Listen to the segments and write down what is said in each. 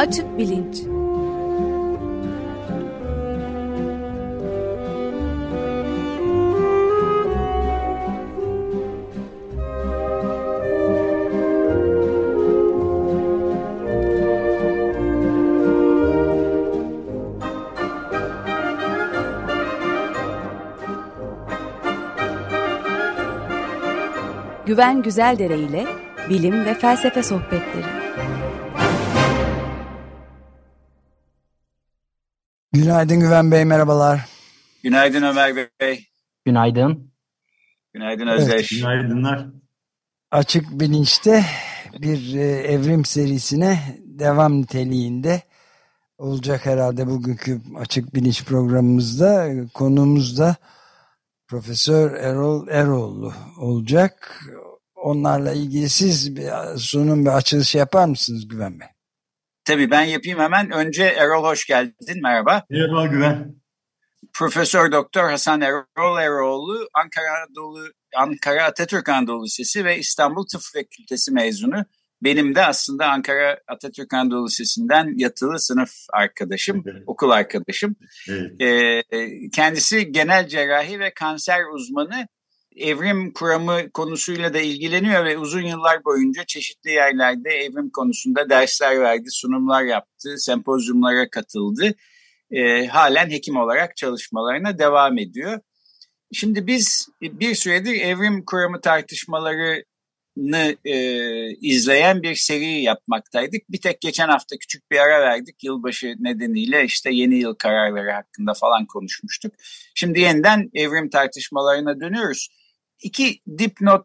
Açık bilinç. Güven Güzeldere ile bilim ve felsefe sohbetleri. Günaydın Güven Bey, merhabalar. Günaydın Ömer Bey. Günaydın. Günaydın Özdeş. Evet. Günaydınlar. Açık Bilinç'te bir evrim serisine devam niteliğinde olacak herhalde bugünkü Açık Bilinç programımızda. Konuğumuz da Profesör Erol Eroğlu olacak. Onlarla ilgili siz bir sunum ve açılış yapar mısınız Güven Bey? Tabii ben yapayım hemen. Önce Erol hoş geldin. Merhaba. Merhaba Güven. Profesör Doktor Hasan Erol Eroğlu Ankara Atatürk Anadolu Lisesi ve İstanbul Tıp Fakültesi mezunu. Benim de aslında Ankara Atatürk Anadolu Lisesi'nden yatılı sınıf arkadaşım, okul arkadaşım. Evet. Kendisi genel cerrahi ve kanser uzmanı. Evrim kuramı konusuyla da ilgileniyor ve uzun yıllar boyunca çeşitli yerlerde evrim konusunda dersler verdi, sunumlar yaptı, sempozyumlara katıldı. Halen hekim olarak çalışmalarına devam ediyor. Şimdi biz bir süredir evrim kuramı tartışmalarını izleyen bir seri yapmaktaydık. Bir tek geçen hafta küçük bir ara verdik. Yılbaşı nedeniyle işte yeni yıl kararları hakkında falan konuşmuştuk. Şimdi yeniden evrim tartışmalarına dönüyoruz. İki dipnot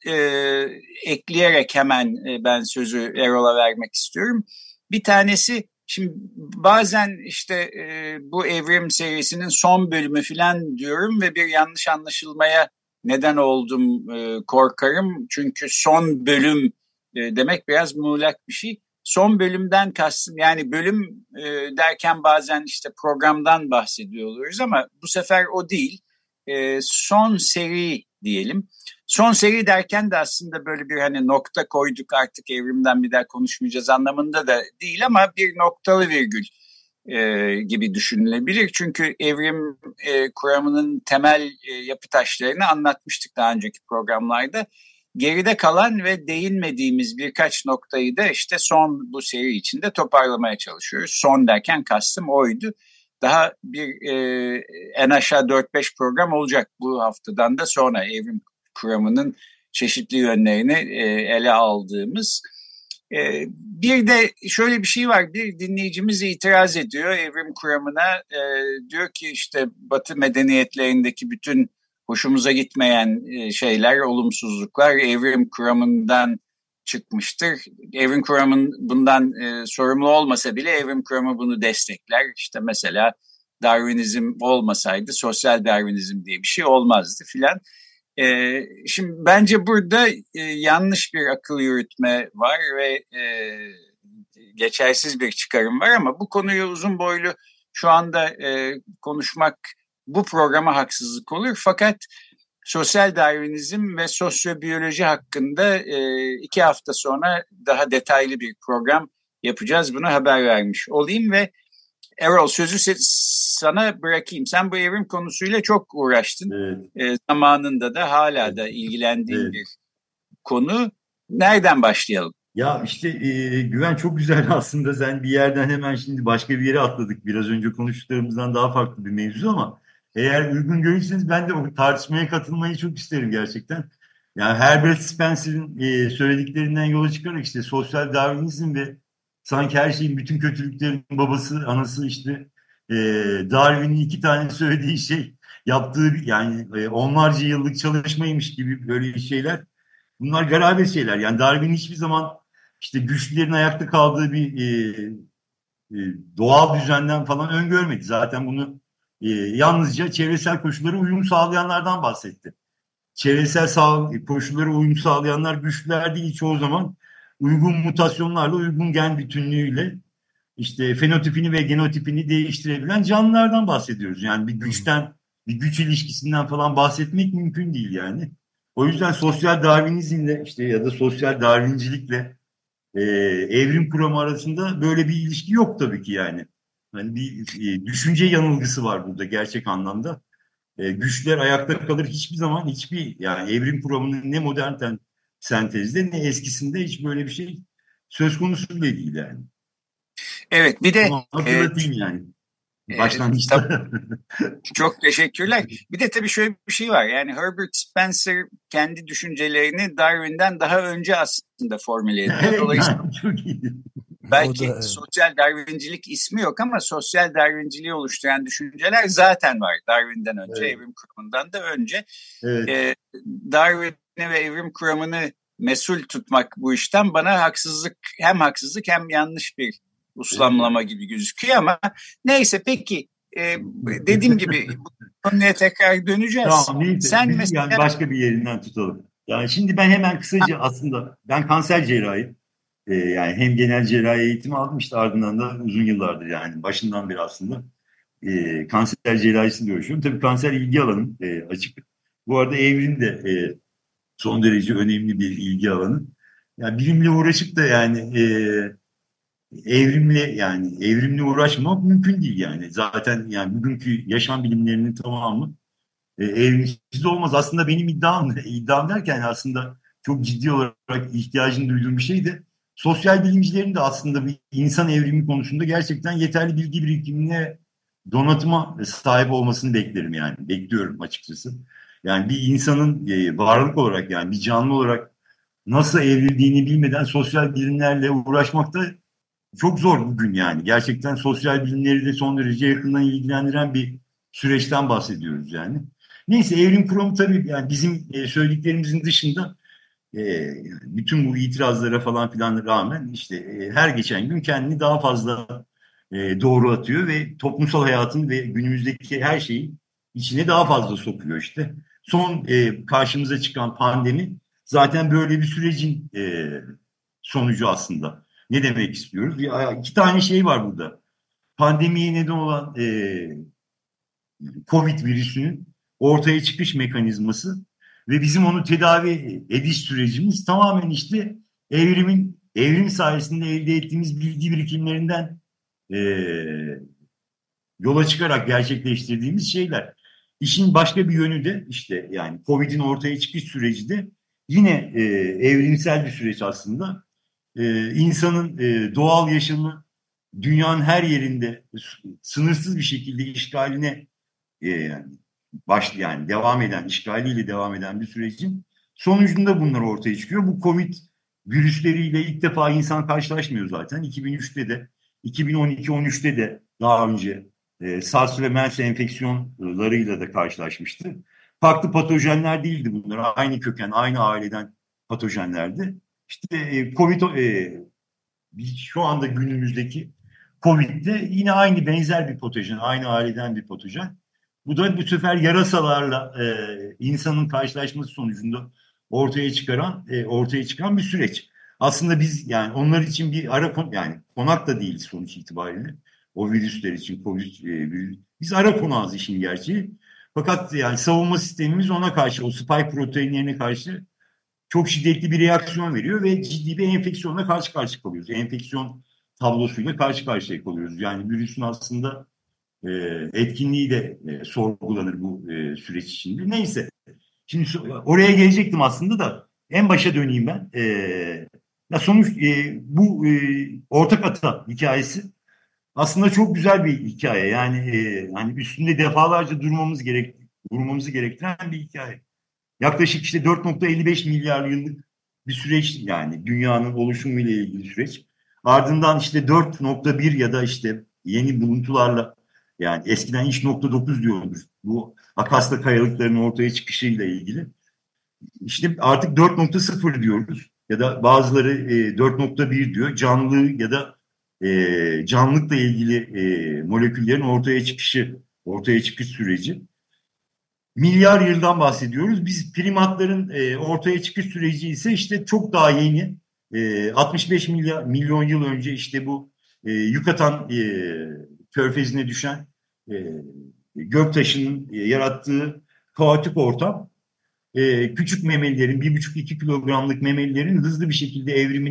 ekleyerek hemen ben sözü Erol'a vermek istiyorum. Bir tanesi, şimdi bazen işte bu evrim serisinin son bölümü falan diyorum ve bir yanlış anlaşılmaya neden oldum, korkarım. Çünkü son bölüm demek biraz muğlak bir şey. Son bölümden kastım, yani bölüm derken bazen işte programdan bahsediyor oluyoruz ama bu sefer o değil. Son seri diyelim. Son seri derken de aslında böyle bir hani nokta koyduk, artık evrimden bir daha konuşmayacağız anlamında da değil ama bir noktalı virgül gibi düşünülebilir. Çünkü evrim kuramının temel yapı taşlarını anlatmıştık daha önceki programlarda. Geride kalan ve değinmediğimiz birkaç noktayı da işte son bu seri içinde toparlamaya çalışıyoruz. Son derken kastım oydu. Daha bir en aşağı 4-5 program olacak bu haftadan da sonra evrim kuramının çeşitli yönlerini ele aldığımız. Bir de şöyle bir şey var, bir dinleyicimiz itiraz ediyor evrim kuramına. Diyor ki işte Batı medeniyetlerindeki bütün hoşumuza gitmeyen şeyler, olumsuzluklar evrim kuramından çıkmıştır. Evrim kuramın bundan sorumlu olmasa bile evrim kuramı bunu destekler. İşte mesela Darwinizm olmasaydı sosyal Darwinizm diye bir şey olmazdı filan. Şimdi bence burada yanlış bir akıl yürütme var ve geçersiz bir çıkarım var ama bu konuyu uzun boylu şu anda konuşmak bu programa haksızlık olur. Fakat sosyal Darwinizm ve sosyobiyoloji hakkında 2 hafta sonra daha detaylı bir program yapacağız. Bunu haber vermiş olayım ve Erol, sözü sana bırakayım. Sen bu evrim konusuyla çok uğraştın. Evet. Zamanında da hala da ilgilendiğin bir konu. Nereden başlayalım? Ya işte Güven, çok güzel aslında. Sen bir yerden hemen şimdi başka bir yere atladık. Biraz önce konuştuklarımızdan daha farklı bir mevzu ama eğer uygun görürseniz ben de o tartışmaya katılmayı çok isterim gerçekten. Yani Herbert Spencer'in söylediklerinden yola çıkarak işte sosyal Darwinizm ve sanki her şeyin, bütün kötülüklerin babası, anası işte Darwin'in 2 tane söylediği şey, yaptığı yani onlarca yıllık çalışmaymış gibi böyle şeyler. Bunlar garabet şeyler. Yani Darwin hiçbir zaman işte güçlülerin ayakta kaldığı bir doğal düzenden falan öngörmedi. Zaten bunu yalnızca çevresel koşullara uyum sağlayanlardan bahsetti. Çevresel koşullara uyum sağlayanlar güçlüler değil, çoğu zaman uygun mutasyonlarla, uygun gen bütünlüğüyle işte fenotipini ve genotipini değiştirebilen canlılardan bahsediyoruz. Yani bir güçten, bir güç ilişkisinden falan bahsetmek mümkün değil yani. O yüzden sosyal Darwinizmle işte ya da sosyal Darwincilikle evrim kuramı arasında böyle bir ilişki yok tabii ki yani. Hani bir düşünce yanılgısı var burada gerçek anlamda. Güçler ayakta kalır hiçbir zaman hiçbir yani evrim kuramının ne modern sentezde ne eskisinde hiç böyle bir şey söz konusu bile değil yani. Evet, bir de Bunu hatırlatayım yani. tabii, Başlangıçta. çok teşekkürler. Bir de tabii şöyle bir şey var. Yani Herbert Spencer kendi düşüncelerini Darwin'den daha önce aslında formüle ediyor. Evet Dolayısıyla yani çok iyi. belki Evet. sosyal Darwincilik ismi yok ama sosyal Darwinciliği oluşturan düşünceler zaten var. Darwin'den önce, Evet. evrim kuramından da önce. Evet. Darwin'i ve evrim kuramını mesul tutmak bu işten bana haksızlık hem yanlış bir uslamlama gibi gözüküyor ama neyse peki dediğim gibi bu konuya tekrar döneceğiz. Tamam neyse Sen biz yani mesela başka bir yerinden tutalım. Yani şimdi ben hemen kısaca aslında ben kanser cerrahi yani hem genel cerrahi eğitimi aldım işte ardından da uzun yıllardır yani başından beri aslında kanser cerrahisinde uğraşıyorum. Tabii kanser ilgi alanım açık. Bu arada evrim de son derece önemli bir ilgi alanı. Yani bilimle uğraşıp da yani evrimle uğraşmak mümkün değil yani. Zaten yani bugünkü yaşam bilimlerinin tamamı evrimsiz olmaz. Aslında benim iddiam derken aslında çok ciddi olarak ihtiyacını duyduğum bir şey de sosyal bilimcilerin de aslında bir insan evrimi konusunda gerçekten yeterli bilgi birikimine donatıma sahip olmasını beklerim yani. Bekliyorum açıkçası. Yani bir insanın varlık olarak yani bir canlı olarak nasıl evrildiğini bilmeden sosyal bilimlerle uğraşmak da çok zor bugün yani. Gerçekten sosyal bilimleri de son derece yakından ilgilendiren bir süreçten bahsediyoruz yani. Neyse evrim kuramı tabii yani bizim söylediklerimizin dışında bütün bu itirazlara falan filan rağmen işte her geçen gün kendini daha fazla doğru atıyor ve toplumsal hayatın ve günümüzdeki her şeyi içine daha fazla sokuyor işte. Son karşımıza çıkan pandemi zaten böyle bir sürecin sonucu aslında. Ne demek istiyoruz? Ya, iki tane şey var burada. Pandemiye neden olan Covid virüsünün ortaya çıkış mekanizması ve bizim onu tedavi ediş sürecimiz tamamen işte evrim sayesinde elde ettiğimiz bilgi birikimlerinden e, yola çıkarak gerçekleştirdiğimiz şeyler. İşin başka bir yönü de işte yani Covid'in ortaya çıkış süreci de yine evrimsel bir süreç aslında. İnsanın doğal yaşamı dünyanın her yerinde sınırsız bir şekilde işgaline yani yani işgaliyle devam eden bir sürecin sonucunda bunlar ortaya çıkıyor. Bu Covid virüsleriyle ilk defa insan karşılaşmıyor zaten. 2003'te de 2012-13'te de daha önce SARS ve MERS enfeksiyonlarıyla da karşılaşmıştı. Farklı patojenler değildi bunlar. Aynı köken, aynı aileden patojenlerdi. İşte Covid şu anda günümüzdeki Covid'de yine aynı benzer bir patojen, aynı aileden bir patojen. Bu da bu sefer yarasalarla insanın karşılaşması sonucunda ortaya çıkan bir süreç. Aslında biz yani onlar için bir yani konak da değiliz sonuç itibariyle. O virüsler için biz ara konağız işin gerçeği. Fakat yani savunma sistemimiz ona karşı o spike proteinlerine karşı çok şiddetli bir reaksiyon veriyor ve ciddi bir enfeksiyonla karşı karşıya kalıyoruz. Enfeksiyon tablosuyla karşı karşıya kalıyoruz. Yani virüsün aslında e, etkinliği de sorgulanır bu süreç içinde. Neyse. Şimdi oraya gelecektim aslında da en başa döneyim ben. Ya sonuç bu ortak ata hikayesi aslında çok güzel bir hikaye. Yani hani üstünde defalarca durmamızı gerektiren bir hikaye. Yaklaşık işte 4,55 milyar yıllık bir süreç yani dünyanın oluşumu ile ilgili süreç. Ardından işte 4,1 ya da işte yeni buluntularla yani eskiden 3,9 diyoruz. Bu Akasya kayalıklarının ortaya çıkışıyla ilgili. İşte artık 4,0 diyoruz ya da bazıları 4,1 diyor. Canlılığı ya da canlılıkla ilgili moleküllerin ortaya çıkış süreci. Milyar yıldan bahsediyoruz. Biz primatların ortaya çıkış süreci ise işte çok daha yeni. 65 milyon yıl önce işte bu Yucatan körfezine düşen e, göktaşının yarattığı kaotik ortam küçük memelilerin 1,5-2 kilogramlık memelilerin hızlı bir şekilde evrimine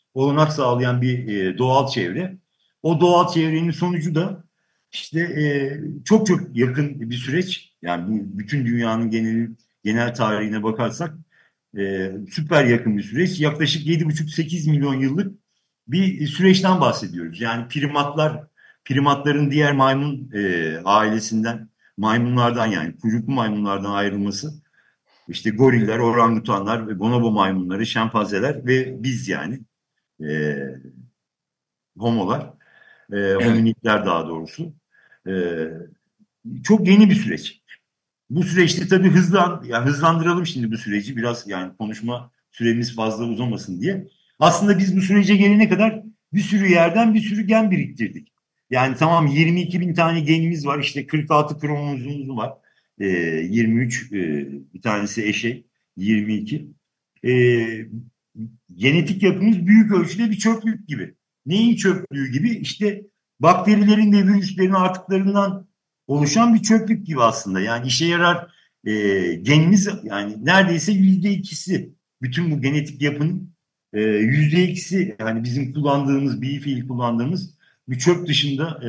olanak sağlayan bir doğal çevre. O doğal çevrenin sonucu da işte çok çok yakın bir süreç. Yani bütün dünyanın genel tarihine bakarsak süper yakın bir süreç. Yaklaşık 7,5-8 milyon yıllık bir süreçten bahsediyoruz. Yani primatların diğer maymun ailesinden, maymunlardan yani kuyruklu maymunlardan ayrılması, işte goriller, orangutanlar, bonobo maymunları, şempanzeler ve biz yani e, homolar, Evet. hominidler daha doğrusu. E, Çok yeni bir süreç. Bu süreçte tabii hızlandıralım şimdi bu süreci biraz, yani konuşma süremiz fazla uzamasın diye. Aslında biz bu sürece gelene kadar bir sürü yerden bir sürü gen biriktirdik. Yani tamam, 22 bin tane genimiz var, işte 46 kromozomumuz var. 23 bir tanesi eşey, 22. Ee, Genetik yapımız büyük ölçüde bir çöplük gibi. Neyin çöplüğü gibi? İşte bakterilerin ve virüslerin artıklarından oluşan bir çöplük gibi aslında. Yani işe yarar genimiz, yani neredeyse %2'si, bütün bu genetik yapının %2'si, yani bizim kullandığımız, bir fiil kullandığımız bir çöp dışında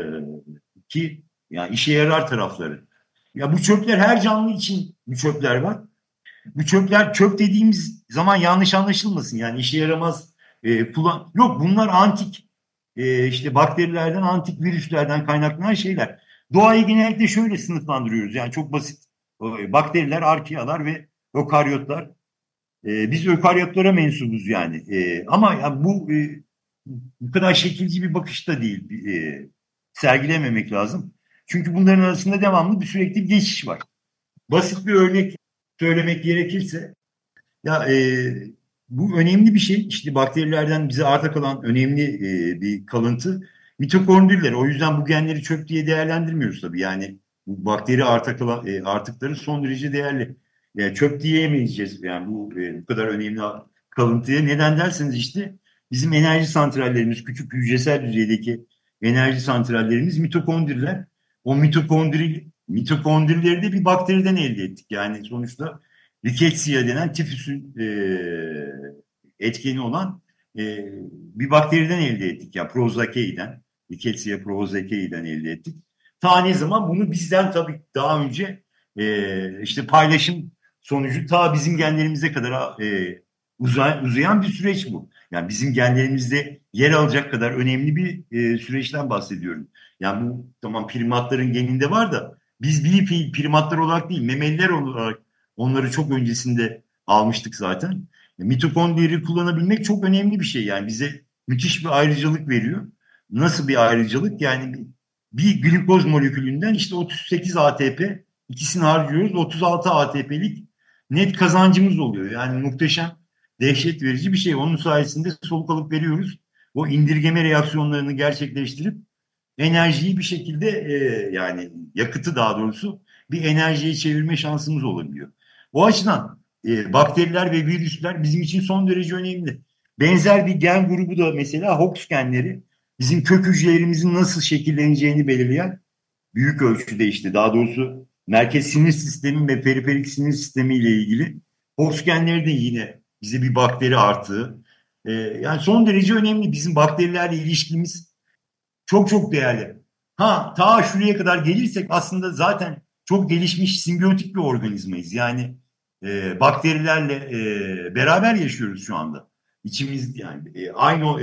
ki yani işe yarar tarafları. Ya bu çöpler, her canlı için bu çöpler var. Bu çöpler, çöp dediğimiz zaman yanlış anlaşılmasın. Yani işe yaramaz yok, bunlar antik, işte bakterilerden, antik virüslerden kaynaklanan şeyler. Doğayı genellikle şöyle sınıflandırıyoruz. Yani çok basit. Bakteriler, arkealar ve ökaryotlar. Biz ökaryotlara mensubuz yani. Ama ya bu kadar şekilci bir bakış da değil. Sergilememek lazım. Çünkü bunların arasında devamlı bir sürekli bir geçiş var. Basit bir örnek söylemek gerekirse, ya bu önemli bir şey. İşte bakterilerden bize arta kalan önemli bir kalıntı mitokondriler. O yüzden bu genleri çöp diye değerlendirmiyoruz tabii. Yani bu bakteri artıkları son derece değerli. Yani çöp diyemeyeceğiz yani bu kadar önemli kalıntıya. Neden derseniz, işte bizim enerji santrallerimiz, küçük hücresel düzeydeki enerji santrallerimiz mitokondriler. O mitokondrileri de bir bakteriden elde ettik. Yani sonuçta Rickettsia denen tifüsün etkeni olan bir bakteriden elde ettik. Yani Prozaceae'den, Rickettsia prozaceae'den elde ettik. Ta ne zaman? Bunu bizden tabii daha önce işte paylaşım sonucu ta bizim genlerimize kadar uzayan bir süreç bu. Yani bizim genlerimizde yer alacak kadar önemli bir süreçten bahsediyorum. Yani bu tamam, primatların geninde var da biz bir primatlar olarak değil, memeliler olarak onları çok öncesinde almıştık zaten. Mitokondriyi kullanabilmek çok önemli bir şey. Yani bize müthiş bir ayrıcalık veriyor. Nasıl bir ayrıcalık? Yani bir glikoz molekülünden işte 38 ATP, ikisini harcıyoruz. 36 ATP'lik net kazancımız oluyor. Yani muhteşem, dehşet verici bir şey. Onun sayesinde soluk alıp veriyoruz. O indirgeme reaksiyonlarını gerçekleştirip enerjiyi bir şekilde yani yakıtı daha doğrusu bir enerjiye çevirme şansımız olabiliyor. O açıdan bakteriler ve virüsler bizim için son derece önemli. Benzer bir gen grubu da mesela Hox genleri, bizim kök hücrelerimizin nasıl şekilleneceğini belirleyen, büyük ölçüde işte daha doğrusu merkez sinir sistemi ve periferik sinir sistemi ile ilgili Hox genleri de yine bize bir bakteri artığı. Yani son derece önemli. Bizim bakterilerle ilişkimiz çok çok değerli. Ha, ta şuraya kadar gelirsek aslında zaten çok gelişmiş simbiyotik bir organizmayız. Yani bakterilerle beraber yaşıyoruz şu anda. İçimiz yani aynı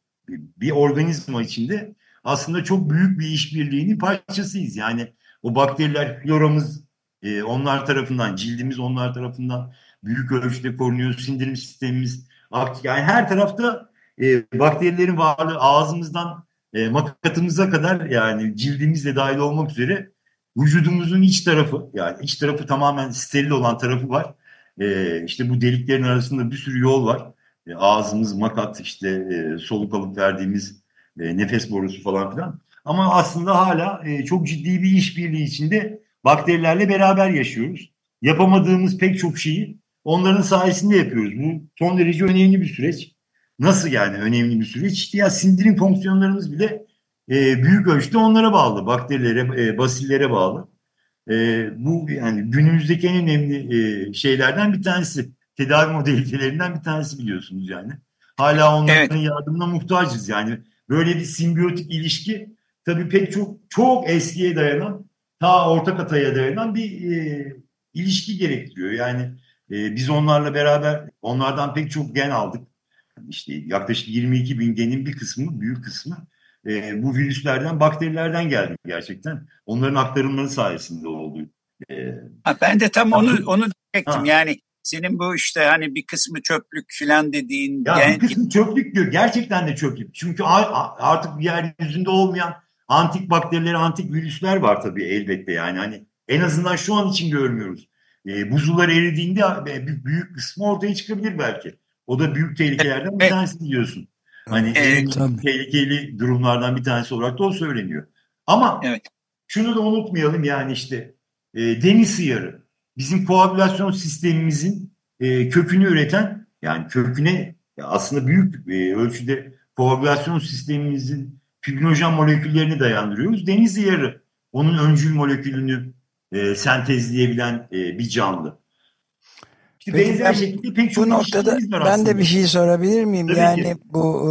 bir organizma içinde aslında çok büyük bir işbirliğinin parçasıyız. Yani o bakteriler, floramız onlar tarafından, cildimiz onlar tarafından büyük ölçüde korunuyor. Sindirim sistemimiz, yani her tarafta bakterilerin varlığı, ağzımızdan makatımıza kadar, yani cildimizle dahil olmak üzere vücudumuzun iç tarafı, yani iç tarafı tamamen steril olan tarafı var. İşte bu deliklerin arasında bir sürü yol var. Ağzımız, makat, işte soluk alıp verdiğimiz nefes borusu falan filan. Ama aslında hala çok ciddi bir işbirliği içinde bakterilerle beraber yaşıyoruz. Yapamadığımız pek çok şeyi onların sayesinde yapıyoruz. Bu son derece önemli bir süreç. Nasıl yani önemli bir süreç? İşte ya sindirim fonksiyonlarımız bile büyük ölçüde onlara bağlı. Bakterilere, basillere bağlı. Bu yani günümüzdeki en önemli şeylerden bir tanesi. Tedavi modalitelerinden bir tanesi biliyorsunuz yani. Hala onların Evet. yardımına muhtacız. Yani böyle bir simbiyotik ilişki tabii pek çok eskiye dayanan, ta Orta Kıta'ya dayanan bir ilişki gerektiriyor. Yani biz onlarla beraber onlardan pek çok gen aldık. İşte yaklaşık 22 bin genin bir kısmı, büyük kısmı bu virüslerden, bakterilerden geldi gerçekten. Onların aktarımları sayesinde oldu. E, Ben de tam onu diyecektim. ha. Yani senin bu işte hani bir kısmı çöplük falan dediğin Ya bir kısmı çöplük diyor. Gerçekten de çöplük. Çünkü artık yeryüzünde olmayan antik bakteriler, antik virüsler var tabii elbette. Yani hani en azından şu an için görmüyoruz. Buzullar eridiğinde bir büyük kısmı ortaya çıkabilir belki. O da büyük tehlikelerden bir evet, tanesi diyorsun. Hani evet, en Tabii. tehlikeli durumlardan bir tanesi olarak da o söyleniyor. Ama evet. şunu da unutmayalım, yani işte deniz sıyarı bizim koagülasyon sistemimizin kökünü üreten, yani köküne aslında büyük ölçüde koagülasyon sistemimizin fibrinojen moleküllerini dayandırıyoruz. Deniz sıyarı onun öncül molekülünü sentezleyebilen bir canlı. İşte Peki benzer ben şekilde pek bu çok noktada ilişkimiz var ben de aslında. bir şey sorabilir miyim? Tabii Yani ki. bu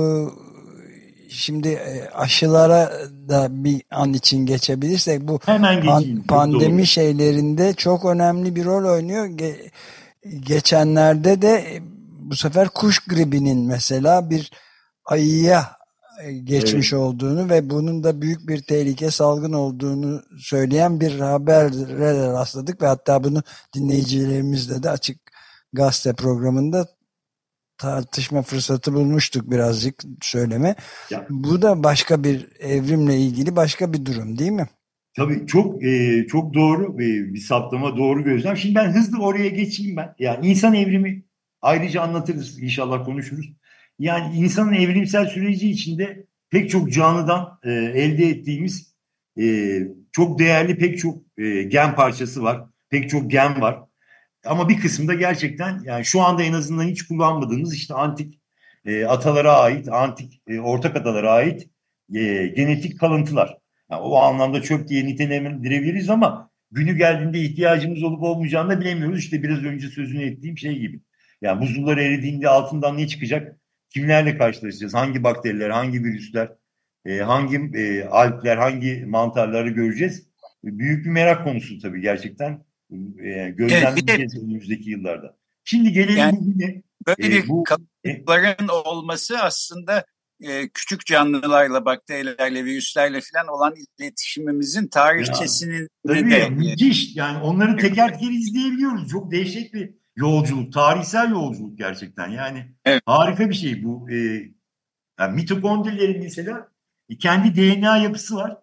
şimdi aşılara da bir an için geçebilirsek bu Hemen geçeyim. Çok pandemi doğru. şeylerinde çok önemli bir rol oynuyor. Geçenlerde de bu sefer kuş gribinin mesela bir ayıya geçmiş Evet. olduğunu ve bunun da büyük bir tehlike, salgın olduğunu söyleyen bir habere rastladık ve hatta bunu dinleyicilerimizle de Açık Gazete programında tartışma fırsatı bulmuştuk, birazcık söyleme. Ya, Bu da başka bir evrimle ilgili başka bir durum değil mi? tabii çok doğru bir saptama, doğru gözlem. Şimdi ben hızlı oraya geçeyim ben. Yani insan evrimi ayrıca anlatırız, inşallah konuşuruz. Yani insanın evrimsel süreci içinde pek çok canlıdan elde ettiğimiz çok değerli pek çok gen parçası var. Pek çok gen var. Ama bir kısmı da gerçekten, yani şu anda en azından hiç kullanmadığımız, işte antik atalara ait, antik ortak atalara ait genetik kalıntılar. Yani o anlamda çöp diye nitelendirebiliriz ama günü geldiğinde ihtiyacımız olup olmayacağını da bilemiyoruz. İşte biraz önce sözünü ettiğim şey gibi. Yani buzullar eridiğinde altından ne çıkacak? Kimlerle karşılaşacağız? Hangi bakteriler, hangi virüsler, hangi algler, hangi mantarları göreceğiz? Büyük bir merak konusu tabii gerçekten. Evet, bir de Gözlemleyeceğiz önümüzdeki yıllarda. Şimdi gelelim yani bugüne. böyle bir Bu kalıpların olması aslında küçük canlılarla, bakterilerle, virüslerle falan olan iletişimimizin ya tarihçesini de tabii müthiş. Yani onları teker teker izleyebiliyoruz. Çok dehşet bir yolculuk, tarihsel yolculuk gerçekten. Yani evet, harika bir şey bu. Yani mitokondrilerin mesela kendi DNA yapısı var.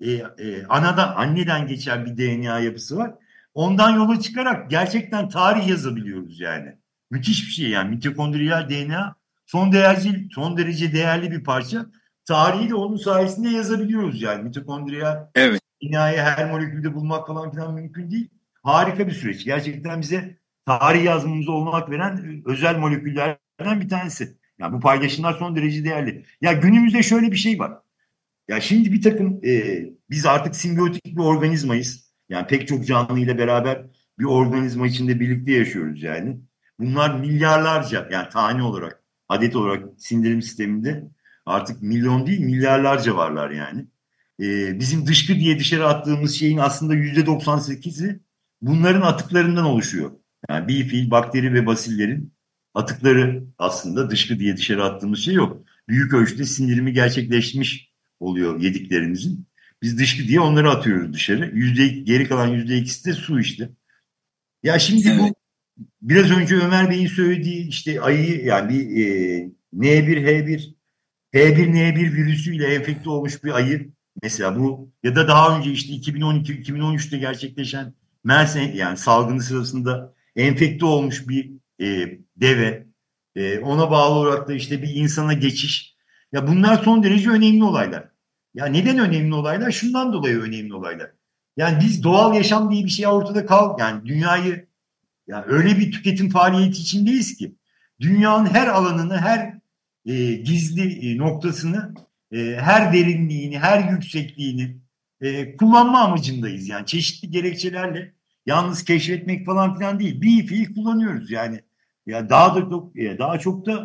Anneden geçen bir DNA yapısı var. Ondan yola çıkarak gerçekten tarih yazabiliyoruz yani. Müthiş bir şey yani. Mitokondriyal DNA son derece değerli bir parça. Tarihi de onun sayesinde yazabiliyoruz yani. Mitokondriyal evet, DNA'yı her molekülde bulmak falan filan mümkün değil. Harika bir süreç. Gerçekten bize tarih yazmamıza olanak veren özel moleküllerden bir tanesi. Yani bu paylaşımlar son derece değerli. Ya günümüzde şöyle bir şey var. Ya şimdi bir takım biz artık simbiyotik bir organizmayız. Yani pek çok canlı ile beraber bir organizma içinde birlikte yaşıyoruz yani. Bunlar milyarlarca, yani tane olarak, adet olarak sindirim sisteminde artık milyon değil milyarlarca varlar yani. Bizim dışkı diye dışarı attığımız şeyin aslında %98'i bunların atıklarından oluşuyor. Yani bir fiil bakteri ve basillerin atıkları aslında dışkı diye dışarı attığımız şey yok. Büyük ölçüde sindirimi gerçekleşmiş oluyor yediklerimizin. Biz dışkı diye onları atıyoruz dışarı. Geri kalan %2'si de su işte. Ya şimdi evet, bu biraz önce Ömer Bey'in söylediği işte ayı, yani bir N1 H1 H1N1 virüsüyle enfekte olmuş bir ayı mesela, bu ya da daha önce işte 2012-2013'te gerçekleşen MERS, yani salgını sırasında enfekte olmuş bir deve, ona bağlı olarak da işte bir insana geçiş, ya bunlar son derece önemli olaylar. Ya neden önemli olaylar? Şundan dolayı önemli olaylar. Yani biz doğal yaşam diye bir şey ortada yani dünyayı, yani öyle bir tüketim faaliyeti içindeyiz ki dünyanın her alanını, her gizli noktasını, her derinliğini, her yüksekliğini kullanma amacındayız. Yani çeşitli gerekçelerle, yalnız keşfetmek falan filan değil. Bir fiil kullanıyoruz yani. Ya daha çok da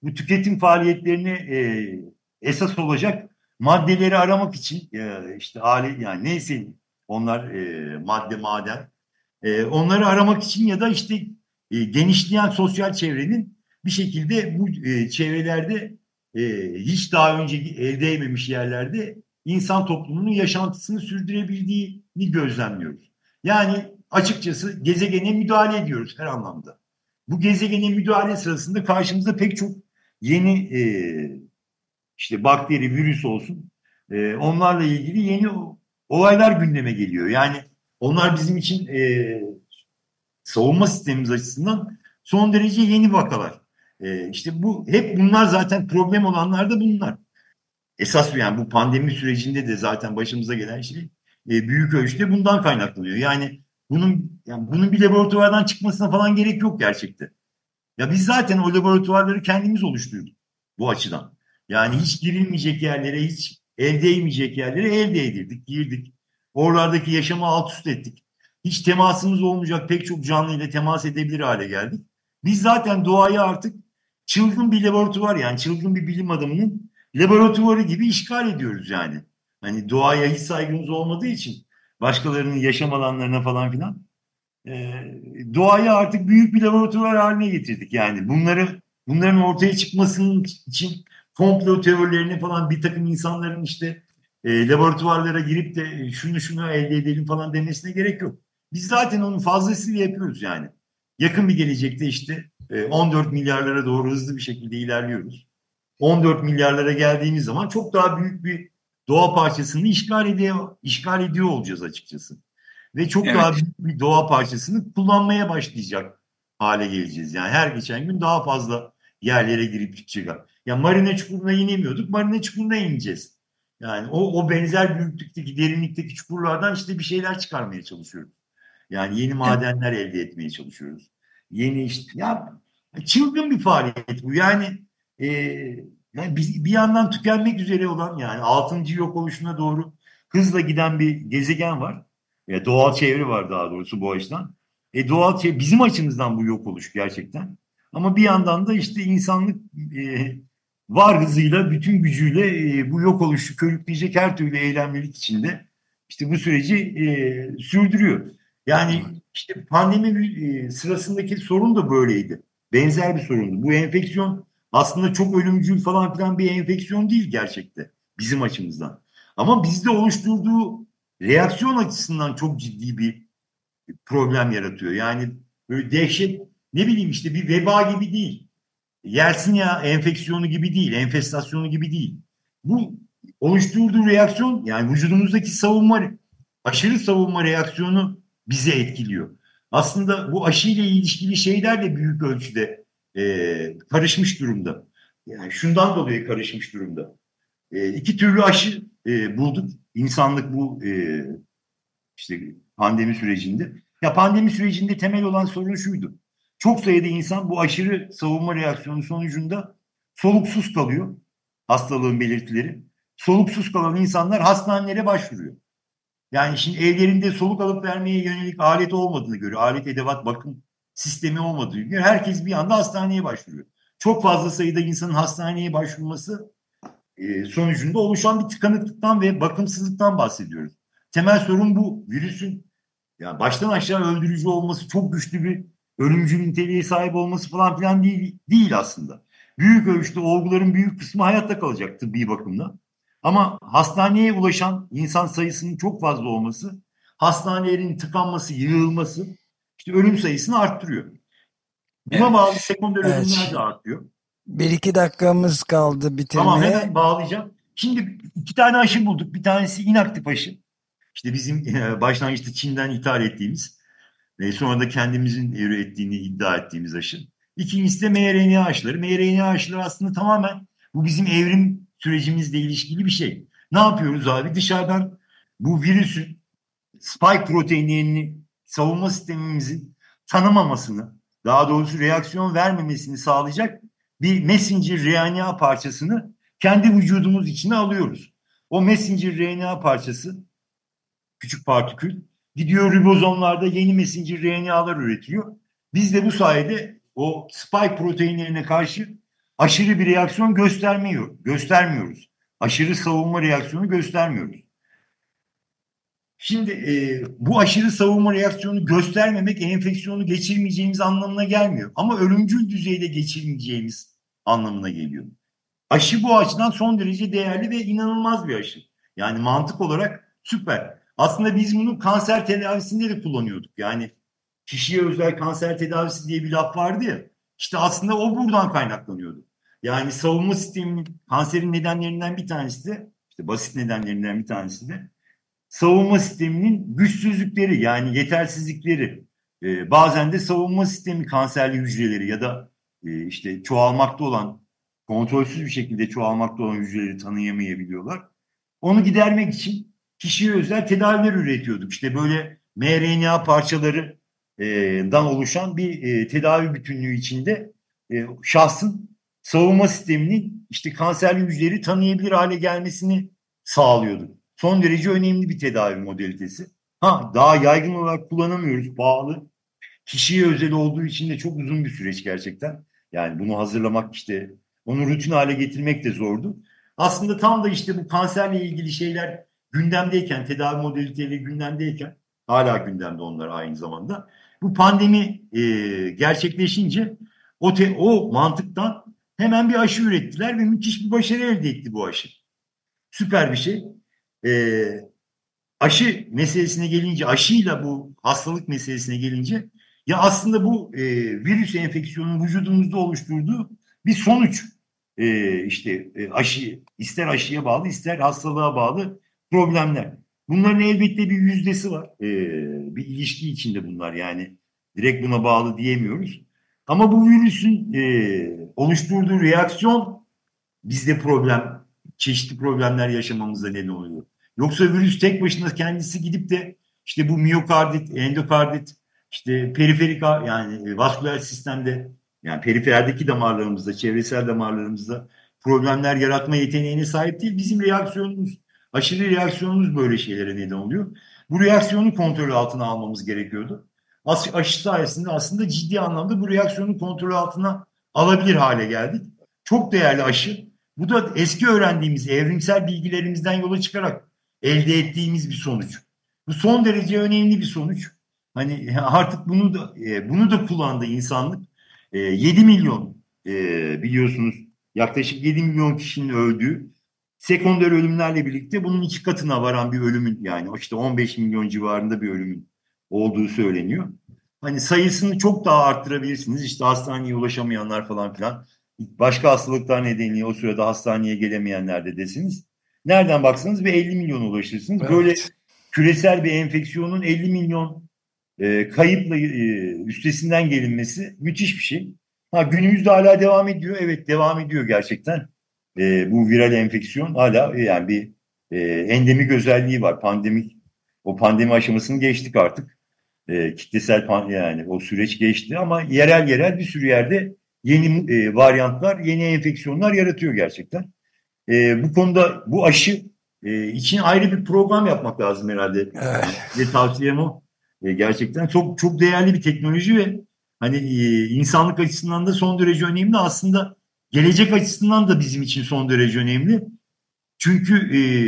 bu tüketim faaliyetlerini esas olacak maddeleri aramak için işte alet yani neyse onlar madde maden onları aramak için ya da işte genişleyen sosyal çevrenin bir şekilde bu çevrelerde hiç daha önce el değmemiş yerlerde insan toplumunun yaşantısını sürdürebildiğini gözlemliyoruz. Yani açıkçası gezegene müdahale ediyoruz her anlamda. Bu gezegene müdahale sırasında karşımıza pek çok yeni işte bakteri, virüs olsun onlarla ilgili yeni olaylar gündeme geliyor. Yani onlar bizim için savunma sistemimiz açısından son derece yeni vakalar. İşte bu hep bunlar zaten problem olanlar da bunlar. Esas yani bu pandemi sürecinde de zaten başımıza gelen şey büyük ölçüde bundan kaynaklanıyor. Yani bunun bir laboratuvardan çıkmasına falan gerek yok gerçekten. Ya biz zaten o laboratuvarları kendimiz oluşturduk bu açıdan. Yani hiç girilmeyecek yerlere, hiç el değmeyecek yerlere el değdirdik, girdik. Oralardaki yaşamı alt üst ettik. Hiç temasımız olmayacak pek çok canlı ile temas edebilir hale geldik. Biz zaten doğayı artık çılgın bir laboratuvar yani çılgın bir bilim adamının laboratuvarı gibi işgal ediyoruz yani. Hani doğaya hiç saygımız olmadığı için başkalarının yaşam alanlarına falan filan doğayı artık büyük bir laboratuvar haline getirdik. Yani bunların ortaya çıkmasının için komplo teorilerini falan bir takım insanların işte laboratuvarlara girip de şunu elde edelim falan demesine gerek yok. Biz zaten onun fazlasıyla yapıyoruz yani. Yakın bir gelecekte işte 14 milyarlara doğru hızlı bir şekilde ilerliyoruz. 14 milyarlara geldiğimiz zaman çok daha büyük bir doğa parçasını işgal ediyor olacağız açıkçası. Ve çok Evet. daha büyük bir doğa parçasını kullanmaya başlayacak hale geleceğiz. Yani her geçen gün daha fazla yerlere girip çıkacak. Ya Marina Çukuru'na inemiyorduk, Marina Çukuru'na ineceğiz. Yani o benzer büyüklükteki, derinlikteki çukurlardan işte bir şeyler çıkarmaya çalışıyoruz. Yani yeni madenler elde etmeye çalışıyoruz. Yeni işte ya çılgın bir faaliyet bu. E, yani bir yandan tükenmek üzere olan yani 6. yok oluşuna doğru hızla giden bir gezegen var. Doğal çevre var daha doğrusu bu açıdan. Doğal çevre bizim açımızdan bu yok oluş gerçekten. Ama bir yandan da işte insanlık var hızıyla, bütün gücüyle bu yok oluşu körükleyecek her türlü eylemlilik içinde işte bu süreci sürdürüyor. Yani işte pandemi sırasındaki sorun da böyleydi. Benzer bir sorundu. Bu enfeksiyon aslında çok ölümcül falan filan bir enfeksiyon değil gerçekte bizim açımızdan. Ama bizde oluşturduğu reaksiyon açısından çok ciddi bir problem yaratıyor. Yani böyle dehşet ne bileyim işte bir veba gibi değil. Yersinia enfeksiyonu gibi değil, enfestasyonu gibi değil. Bu oluşturduğu reaksiyon yani vücudumuzdaki aşırı savunma reaksiyonu bizi etkiliyor. Aslında bu aşıyla ilişkili şeyler de büyük ölçüde karışmış durumda. Yani şundan dolayı karışmış durumda. İki türlü aşı bulduk. İnsanlık bu işte pandemi sürecinde. Ya pandemi sürecinde temel olan sorun şuydu. Çok sayıda insan bu aşırı savunma reaksiyonu sonucunda soluksuz kalıyor. Hastalığın belirtileri. Soluksuz kalan insanlar hastanelere başvuruyor. Yani şimdi evlerinde soluk alıp vermeye yönelik alet olmadığını görüyor. Alet, edevat, bakım sistemi olmadığını görüyor. Herkes bir anda hastaneye başvuruyor. Çok fazla sayıda insanın hastaneye başvurması sonucunda oluşan bir tıkanıklıktan ve bakımsızlıktan bahsediyoruz. Temel sorun bu. Virüsün ya baştan aşağı öldürücü olması, çok güçlü bir ölümcül niteliğe sahip olması falan filan değil aslında. Büyük ölçüde olguların büyük kısmı hayatta kalacak tıbbi bakımda. Ama hastaneye ulaşan insan sayısının çok fazla olması, hastanelerin tıkanması, yığılması işte ölüm sayısını arttırıyor. Buna Evet. bağlı sekonder ölümler de Evet. artıyor. Bir iki dakikamız kaldı Tamam bitirmeye. hemen bağlayacağım. Şimdi 2 tane aşı bulduk. Bir tanesi inaktif aşı. İşte bizim başlangıçta Çin'den ithal ettiğimiz ve sonra da kendimizin ürettiğini iddia ettiğimiz aşı. İkincisi de mRNA aşıları. mRNA aşıları aslında tamamen bu bizim evrim sürecimizle ilişkili bir şey. Ne yapıyoruz abi? Dışarıdan bu virüsün spike proteinlerini savunma sistemimizin tanımamasını, daha doğrusu reaksiyon vermemesini sağlayacak bir messenger RNA parçasını kendi vücudumuz içine alıyoruz. O messenger RNA parçası küçük partikül gidiyor ribozomlarda yeni messenger RNA'lar üretiyor. Biz de bu sayede o spike proteinlerine karşı aşırı bir reaksiyon göstermiyoruz. Aşırı savunma reaksiyonu göstermiyoruz. Şimdi bu aşırı savunma reaksiyonu göstermemek enfeksiyonu geçirmeyeceğimiz anlamına gelmiyor. Ama ölümcül düzeyde geçirmeyeceğimiz anlamına geliyor. Aşı bu açıdan son derece değerli ve inanılmaz bir aşı. Yani mantık olarak süper. Aslında biz bunu kanser tedavisinde de kullanıyorduk. Yani kişiye özel kanser tedavisi diye bir laf vardı ya. İşte aslında o buradan kaynaklanıyordu. Yani savunma sisteminin kanserin nedenlerinden bir tanesi de, işte basit nedenlerinden bir tanesi de savunma sisteminin güçsüzlükleri, yani yetersizlikleri. Bazen de savunma sistemi kanserli hücreleri ya da işte çoğalmakta olan, kontrolsüz bir şekilde çoğalmakta olan hücreleri tanıyamayabiliyorlar. Onu gidermek için kişiye özel tedaviler üretiyorduk. İşte böyle mRNA parçalarından oluşan bir tedavi bütünlüğü içinde şahsın savunma sisteminin işte kanserli hücreleri tanıyabilir hale gelmesini sağlıyorduk. Son derece önemli bir tedavi modalitesi. Daha yaygın olarak kullanamıyoruz, pahalı. Kişiye özel olduğu için de çok uzun bir süreç gerçekten. Yani bunu hazırlamak, işte onu rutin hale getirmek de zordu. Aslında tam da işte bu kanserle ilgili şeyler gündemdeyken, tedavi modaliteleri gündemdeyken, hala gündemde onlar aynı zamanda. Bu pandemi gerçekleşince o mantıktan hemen bir aşı ürettiler ve müthiş bir başarı elde etti bu aşı. Süper bir şey. Aşı meselesine gelince, aşıyla bu hastalık meselesine gelince, ya aslında bu virüs enfeksiyonunun vücudumuzda oluşturduğu bir sonuç. Aşı, ister aşıya bağlı ister hastalığa bağlı problemler. Bunların elbette bir yüzdesi var. Bir ilişki içinde bunlar, yani direkt buna bağlı diyemiyoruz. Ama bu virüsün oluşturduğu reaksiyon bizde çeşitli problemler yaşamamıza neden oluyor. Yoksa virüs tek başına kendisi gidip de işte bu miyokardit, endokardit, işte periferik, yani vasküler sistemde, yani periferdeki damarlarımızda, çevresel damarlarımızda problemler yaratma yeteneğine sahip değil. Bizim reaksiyonumuz, aşırı reaksiyonumuz böyle şeylere neden oluyor. Bu reaksiyonu kontrol altına almamız gerekiyordu. Aşı sayesinde aslında ciddi anlamda bu reaksiyonu kontrol altına alabilir hale geldik. Çok değerli aşı. Bu da eski öğrendiğimiz evrimsel bilgilerimizden yola çıkarak elde ettiğimiz bir sonuç. Bu son derece önemli bir sonuç. Hani artık bunu da kullandı insanlık. 7 milyon biliyorsunuz, yaklaşık 7 milyon kişinin öldüğü, sekonder ölümlerle birlikte bunun 2 katına varan bir ölümün, yani işte 15 milyon civarında bir ölümün olduğu söyleniyor. Hani sayısını çok daha arttırabilirsiniz. İşte hastaneye ulaşamayanlar falan filan, başka hastalıklar nedeniyle o sırada hastaneye gelemeyenler de desiniz. Nereden baksanız bir 50 milyon ulaşırsınız. Evet. Böyle küresel bir enfeksiyonun 50 milyon kayıpla üstesinden gelinmesi müthiş bir şey. Günümüzde hala devam ediyor. Evet, devam ediyor gerçekten. Bu viral enfeksiyon hala yani bir endemik özelliği var. O pandemi aşamasını geçtik artık. Kitlesel yani o süreç geçti ama yerel bir sürü yerde yeni varyantlar, yeni enfeksiyonlar yaratıyor gerçekten. Bu konuda bu aşı için ayrı bir program yapmak lazım herhalde. Ve tavsiyem o. Gerçekten çok çok değerli bir teknoloji ve hani insanlık açısından da son derece önemli. Aslında gelecek açısından da bizim için son derece önemli. Çünkü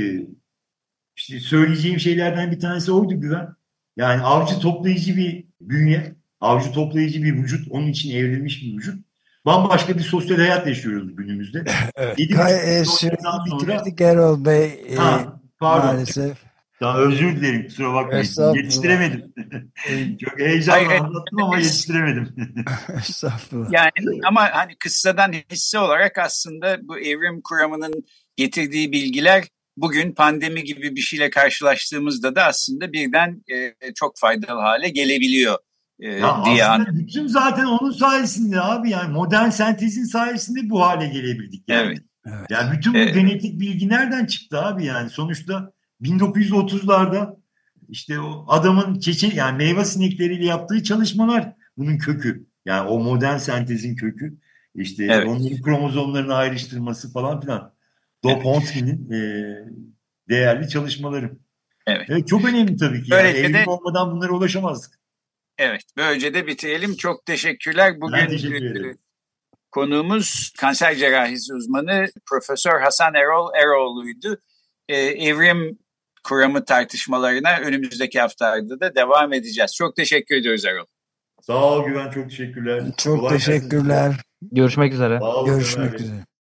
işte söyleyeceğim şeylerden bir tanesi oydu Güven. Yani avcı toplayıcı bir bünye, avcı toplayıcı bir vücut, onun için evrilmiş bir vücut. Bambaşka bir sosyal hayat yaşıyoruz günümüzde. Evet. Süreyi bitirdik Erol Bey. Pardon. Maalesef. Daha özür dilerim, kusura bakmayın. Yetiştiremedim. Çok heyecanla anlattım ama yetiştiremedim. Estağfurullah. Yani ama hani kıssadan hisse olarak aslında bu evrim kuramının getirdiği bilgiler bugün pandemi gibi bir şeyle karşılaştığımızda da aslında birden çok faydalı hale gelebiliyor diye aslında bütün zaten onun sayesinde abi, yani modern sentezin sayesinde bu hale gelebildik yani. Evet. Yani bütün bu genetik bilgi nereden çıktı abi, yani sonuçta 1930'larda işte o adamın yani meyve sinekleriyle yaptığı çalışmalar bunun kökü. Yani o modern sentezin kökü. İşte onların kromozomlarını ayrıştırması falan filan. Doponsky'nin değerli çalışmaları. Evet, çok önemli tabii ki. Yani evrim olmadan bunlara ulaşamazdık. Evet, böylece de bitirelim. Çok teşekkürler. Bugün ben teşekkür ederim. Konuğumuz kanser cerrahisi uzmanı Profesör Hasan Erol Eroğlu'ydu. Evrim kuramı tartışmalarına önümüzdeki haftalarda da devam edeceğiz. Çok teşekkür ediyoruz Erol. Sağ ol Güven, çok teşekkürler. Çok Kolay teşekkürler. gelsin. Görüşmek üzere. Sağ ol, Görüşmek Ömer Bey. üzere.